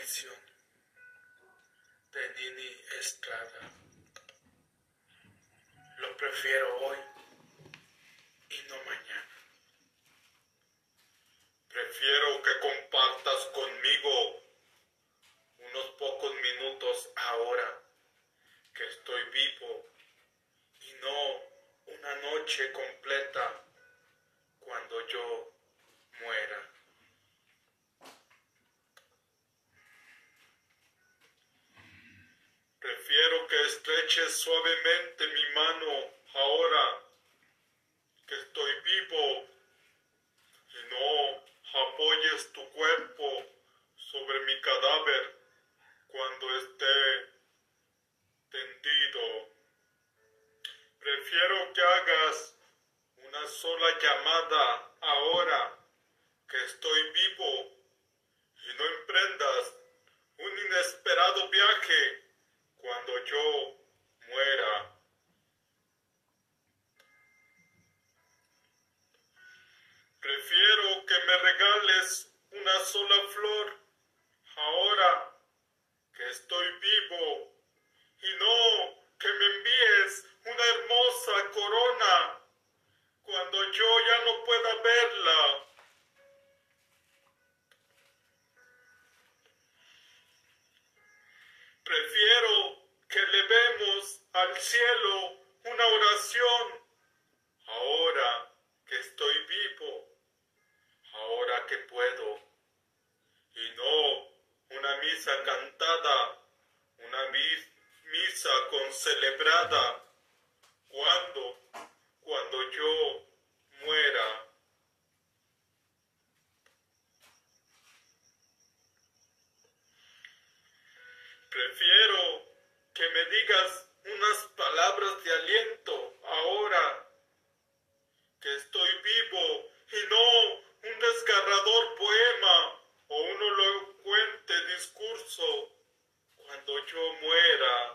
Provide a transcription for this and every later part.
reflexión de Nini Estrada. Lo prefiero hoy y no mañana. Prefiero que compartas conmigo unos pocos minutos ahora que estoy vivo y no una noche completa cuando yo muera. Prefiero que estreches suavemente mi mano ahora que estoy vivo y no apoyes tu cuerpo sobre mi cadáver cuando esté tendido. Prefiero que hagas una sola llamada ahora que estoy vivo y no emprendas un inesperado viaje cuando yo muera. Prefiero que me regales una sola flor ahora que estoy vivo y no que me envíes una hermosa corona cuando yo ya no pueda verla. Prefiero que elevemos al cielo una oración ahora que estoy vivo, ahora que puedo, y no una misa cantada, una misa concelebrada cuando yo muera. Prefiero que me digas unas palabras de aliento ahora que estoy vivo y no un desgarrador poema o un elocuente discurso cuando yo muera.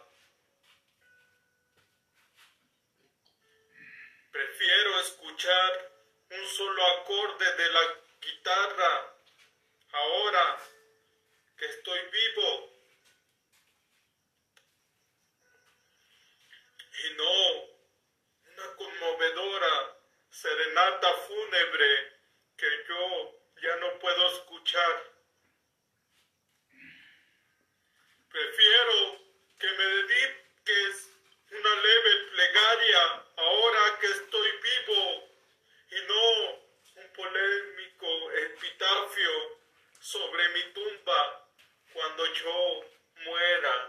Prefiero escuchar un solo acorde de la guitarra ahora que estoy vivo y no una conmovedora serenata fúnebre que yo ya no puedo escuchar. Prefiero que me dediques una leve plegaria ahora que estoy vivo y no un polémico epitafio sobre mi tumba cuando yo muera.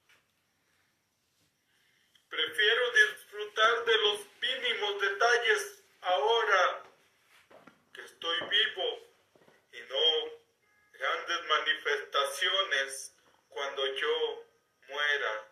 Prefiero disfrutar de los mínimos detalles ahora que estoy vivo y no grandes manifestaciones cuando yo muera.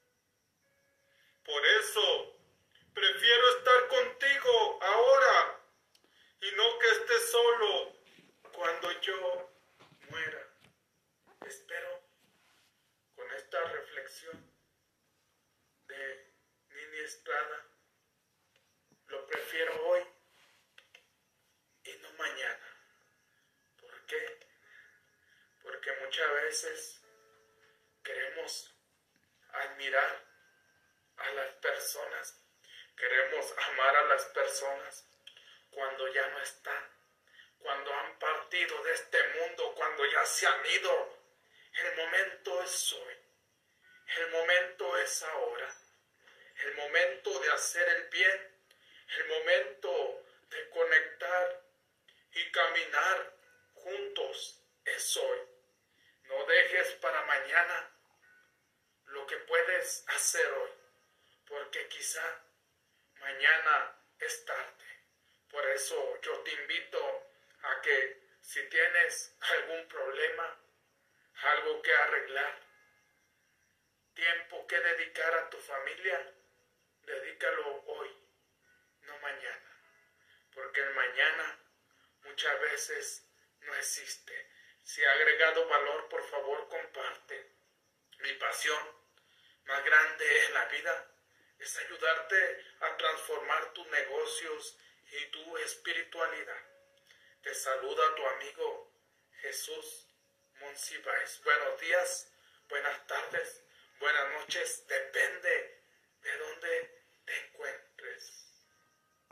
Por eso prefiero estar contigo ahora y no que estés solo cuando yo muera. Espero con esta reflexión de Nini Estrada, lo prefiero hoy y no mañana. ¿Por qué? Porque muchas veces queremos admirar a las personas, queremos amar a las personas cuando ya no están, cuando han partido de este mundo, cuando ya se han ido. El momento es hoy, el momento es ahora, el momento de hacer el bien, el momento de conectar y caminar juntos es hoy. No dejes para mañana lo que puedes hacer hoy, porque quizá mañana es tarde. Por eso yo te invito a que si tienes algún problema, algo que arreglar, tiempo que dedicar a tu familia, dedícalo hoy, no mañana, porque el mañana muchas veces no existe. Si ha agregado valor, por favor comparte. Mi pasión más grande en la vida es ayudarte a transformar tus negocios y tu espiritualidad. Te saluda tu amigo Jesús Monsiváis. Buenos días, buenas tardes, buenas noches, depende